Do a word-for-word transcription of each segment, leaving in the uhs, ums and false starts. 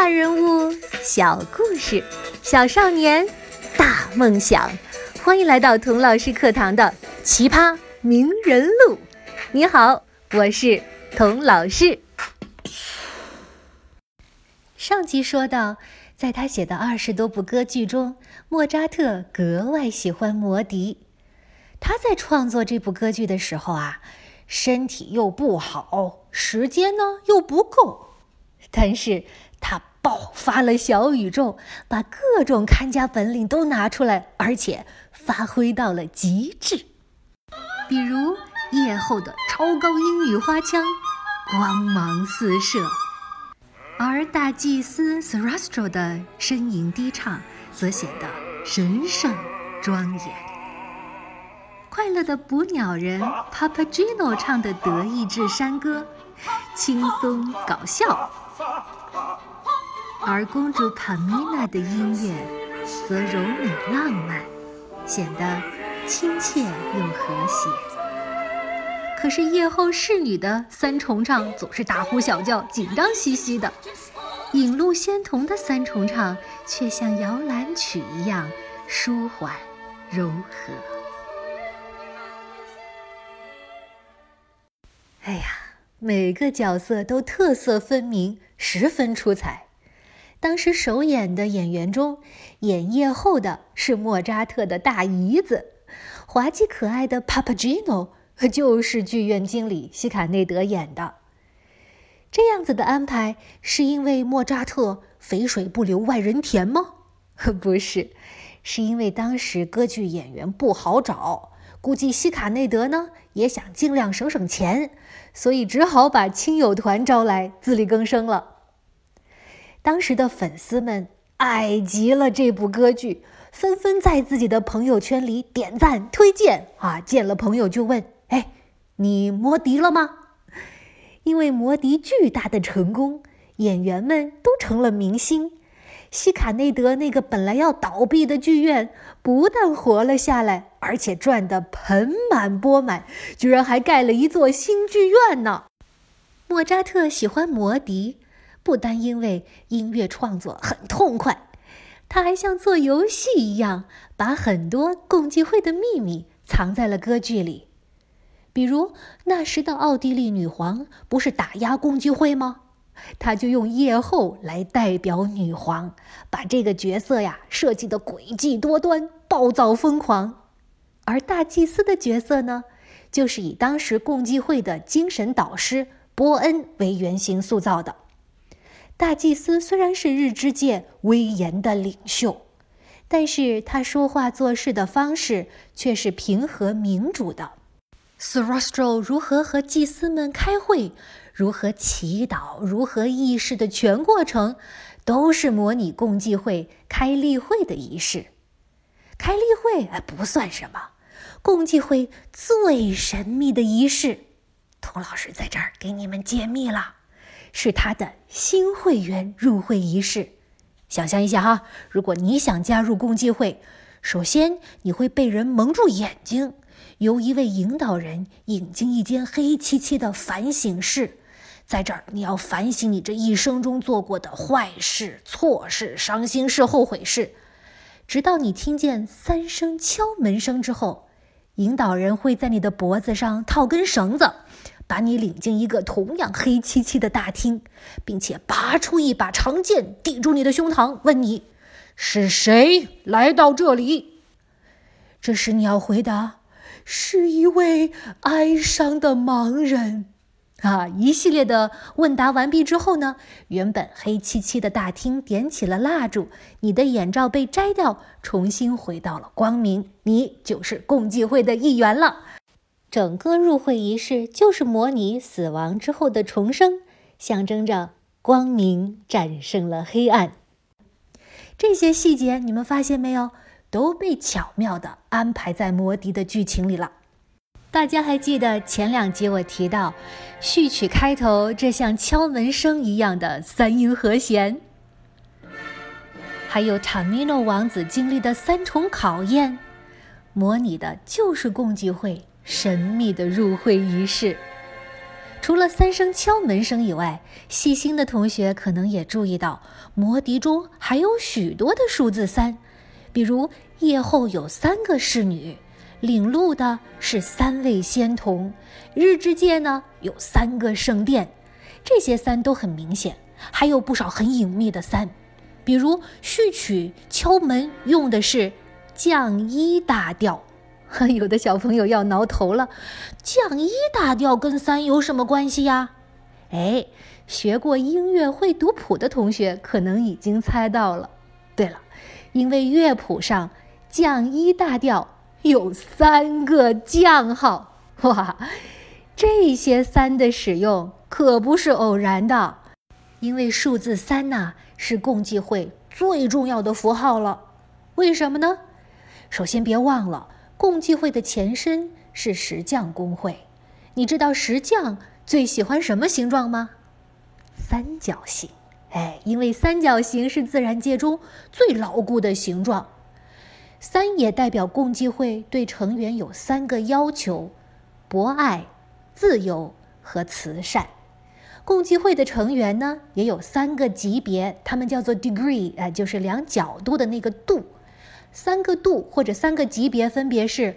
人物，小故事，小少年，大梦想。欢迎来到童老师课堂的奇葩名人录。你好，我是童老师。上集说到，在他写的二十多部歌剧中，莫扎特格外喜欢魔笛。他在创作这部歌剧的时候啊，身体又不好，时间呢又不够，但是他爆发了小宇宙，把各种看家本领都拿出来，而且发挥到了极致。比如夜后的超高音女花腔，光芒四射，而大祭司 Sarastro 的呻吟低唱则显得神圣庄严。快乐的捕鸟人 Papageno 唱的德意志山歌，轻松搞笑，而公主帕米娜的音乐则柔美浪漫，显得亲切又和谐。可是夜后侍女的三重唱总是大呼小叫，紧张兮兮的，引路仙童的三重唱却像摇篮曲一样舒缓柔和。哎呀，每个角色都特色分明，十分出彩。当时首演的演员中，演夜后的是莫扎特的大姨子，滑稽可爱的 Papageno 就是剧院经理希卡内德演的。这样子的安排是因为莫扎特肥水不流外人田吗？不是，是因为当时歌剧演员不好找，估计希卡内德呢也想尽量省省钱，所以只好把亲友团招来自力更生了。当时的粉丝们爱极了这部歌剧，纷纷在自己的朋友圈里点赞推荐啊！见了朋友就问：哎，你魔笛了吗？因为魔笛巨大的成功，演员们都成了明星。希卡内德那个本来要倒闭的剧院，不但活了下来，而且赚得盆满钵满，居然还盖了一座新剧院呢。莫扎特喜欢魔笛，不单因为音乐创作很痛快，他还像做游戏一样，把很多共济会的秘密藏在了歌剧里。比如那时的奥地利女皇不是打压共济会吗？他就用夜后来代表女皇，把这个角色呀设计得诡计多端，暴躁疯狂。而大祭司的角色呢，就是以当时共济会的精神导师波恩为原型塑造的。大祭司虽然是日之界威严的领袖，但是他说话做事的方式却是平和民主的。Sarastro 如何和祭司们开会，如何祈祷，如何议事的全过程，都是模拟共济会开例会的仪式。开例会不算什么，共济会最神秘的仪式，童老师在这儿给你们揭秘了，是他的新会员入会仪式。想象一下哈，如果你想加入共济会，首先你会被人蒙住眼睛，由一位引导人引进一间黑漆漆的反省室，在这儿你要反省你这一生中做过的坏事、错事、伤心事、后悔事，直到你听见三声敲门声之后，引导人会在你的脖子上套根绳子，把你领进一个同样黑漆漆的大厅，并且拔出一把长剑抵住你的胸膛，问你是谁来到这里。这时你要回答，是一位哀伤的盲人啊！一系列的问答完毕之后呢，原本黑漆漆的大厅点起了蜡烛，你的眼罩被摘掉，重新回到了光明，你就是共济会的一员了。整个入会仪式就是模拟死亡之后的重生，象征着光明战胜了黑暗。这些细节你们发现没有，都被巧妙地安排在魔笛的剧情里了。大家还记得前两集我提到序曲开头这像敲门声一样的三音和弦，还有塔米诺王子经历的三重考验，模拟的就是共济会神秘的入会仪式。 除了三声敲门声以外，细心的同学可能也注意到，魔笛中还有许多的数字三，比如夜后有三个侍女，领路的是三位仙童，日之界呢有三个圣殿。这些三都很明显，还有不少很隐秘的三，比如序曲敲门用的是降一大调。有的小朋友要挠头了，降一大调跟三有什么关系呀？哎，学过音乐会读谱的同学可能已经猜到了。对了，因为乐谱上降一大调有三个降号，哇，这些三的使用可不是偶然的，因为数字三呐是共济会最重要的符号了。为什么呢？首先别忘了，共济会的前身是石匠公会。你知道石匠最喜欢什么形状吗？三角形。哎，因为三角形是自然界中最牢固的形状。三也代表共济会对成员有三个要求：博爱、自由和慈善。共济会的成员呢也有三个级别，他们叫做 degree， 呃，就是量角度的那个度。三个度或者三个级别分别是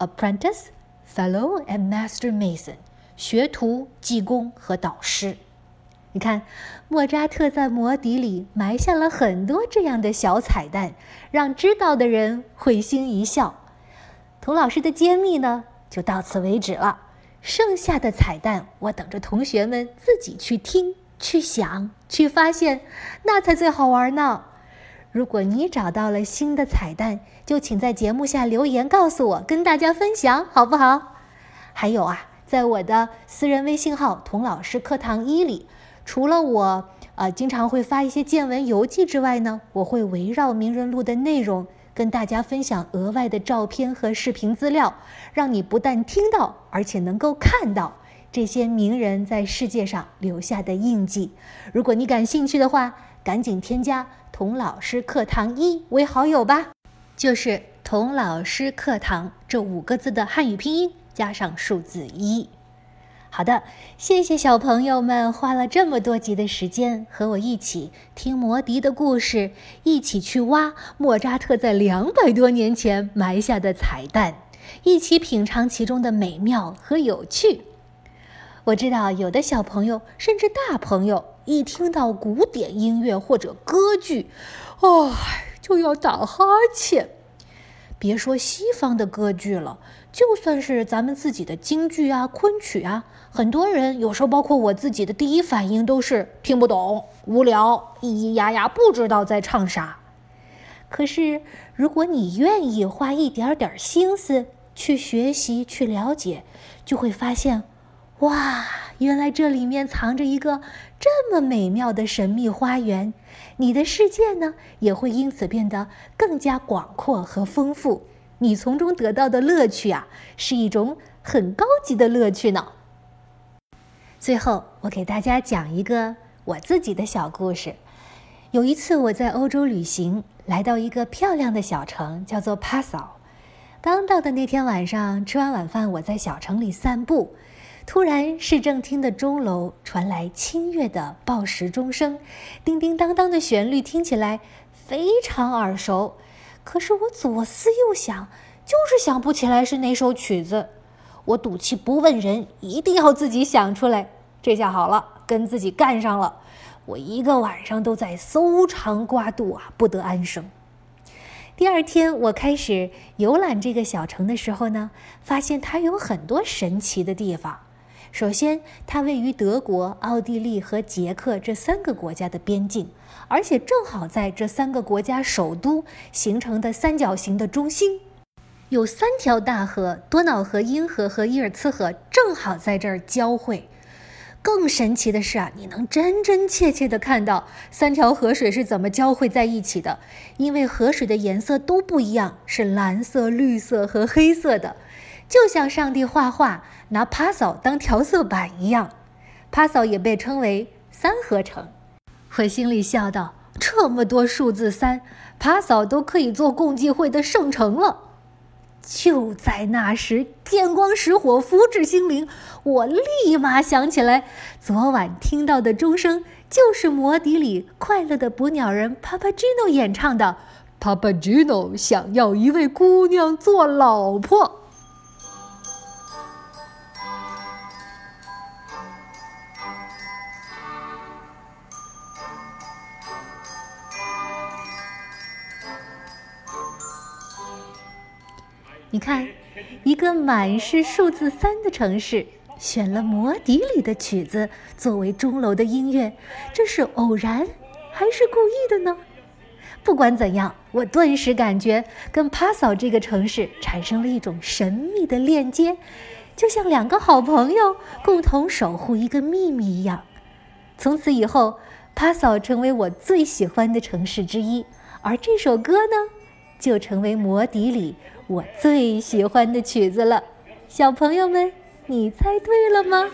apprentice、fellow and master mason， 学徒、技工和导师。你看，莫扎特在魔笛里埋下了很多这样的小彩蛋，让知道的人会心一笑。童老师的揭秘呢就到此为止了，剩下的彩蛋我等着同学们自己去听、去想、去发现，那才最好玩呢。如果你找到了新的彩蛋，就请在节目下留言告诉我，跟大家分享好不好？还有啊，在我的私人微信号童老师课堂一里，除了我呃经常会发一些见闻游记之外呢，我会围绕名人录的内容跟大家分享额外的照片和视频资料，让你不但听到，而且能够看到这些名人在世界上留下的印记。如果你感兴趣的话，赶紧添加童老师课堂一为好友吧，就是童老师课堂这五个字的汉语拼音加上数字一。好的，谢谢小朋友们花了这么多集的时间和我一起听魔笛的故事，一起去挖莫扎特在两百多年前埋下的彩蛋，一起品尝其中的美妙和有趣。我知道有的小朋友甚至大朋友一听到古典音乐或者歌剧，哦，就要打哈欠。别说西方的歌剧了，就算是咱们自己的京剧啊、昆曲啊，很多人有时候包括我自己的第一反应都是听不懂、无聊、咿咿呀呀，不知道在唱啥。可是如果你愿意花一点点心思去学习、去了解，就会发现，哇，原来这里面藏着一个这么美妙的神秘花园，你的世界呢也会因此变得更加广阔和丰富，你从中得到的乐趣啊，是一种很高级的乐趣呢。最后，我给大家讲一个我自己的小故事。有一次我在欧洲旅行，来到一个漂亮的小城，叫做帕萨。刚到的那天晚上，吃完晚饭，我在小城里散步，突然市政厅的钟楼传来清越的报时钟声，叮叮当当的旋律听起来非常耳熟。可是我左思右想，就是想不起来是哪首曲子。我赌气不问人，一定要自己想出来。这下好了，跟自己干上了。我一个晚上都在搜肠刮肚啊，不得安生。第二天我开始游览这个小城的时候呢，发现它有很多神奇的地方。首先，它位于德国、奥地利和捷克这三个国家的边境，而且正好在这三个国家首都形成的三角形的中心。有三条大河，多瑙河、茵河和伊尔茨河正好在这儿交汇。更神奇的是啊，你能真真切切地看到三条河水是怎么交汇在一起的，因为河水的颜色都不一样，是蓝色、绿色和黑色的，就像上帝画画拿帕萨当调色板一样。帕萨也被称为三合城。我心里笑道，这么多数字三，帕萨都可以做共济会的圣城了。 就在那时，电光石火，福至心灵，我立马想起来，昨晚听到的钟声就是魔笛里快乐的捕鸟人 Papageno 演唱的 Papageno 想要一位姑娘做老婆。你看，一个满是数字三的城市，选了魔笛里的曲子作为钟楼的音乐，这是偶然还是故意的呢？不管怎样，我顿时感觉跟帕嫂这个城市产生了一种神秘的链接，就像两个好朋友共同守护一个秘密一样。从此以后，帕嫂成为我最喜欢的城市之一，而这首歌呢，就成为魔笛里我最喜欢的曲子了。小朋友们，你猜对了吗？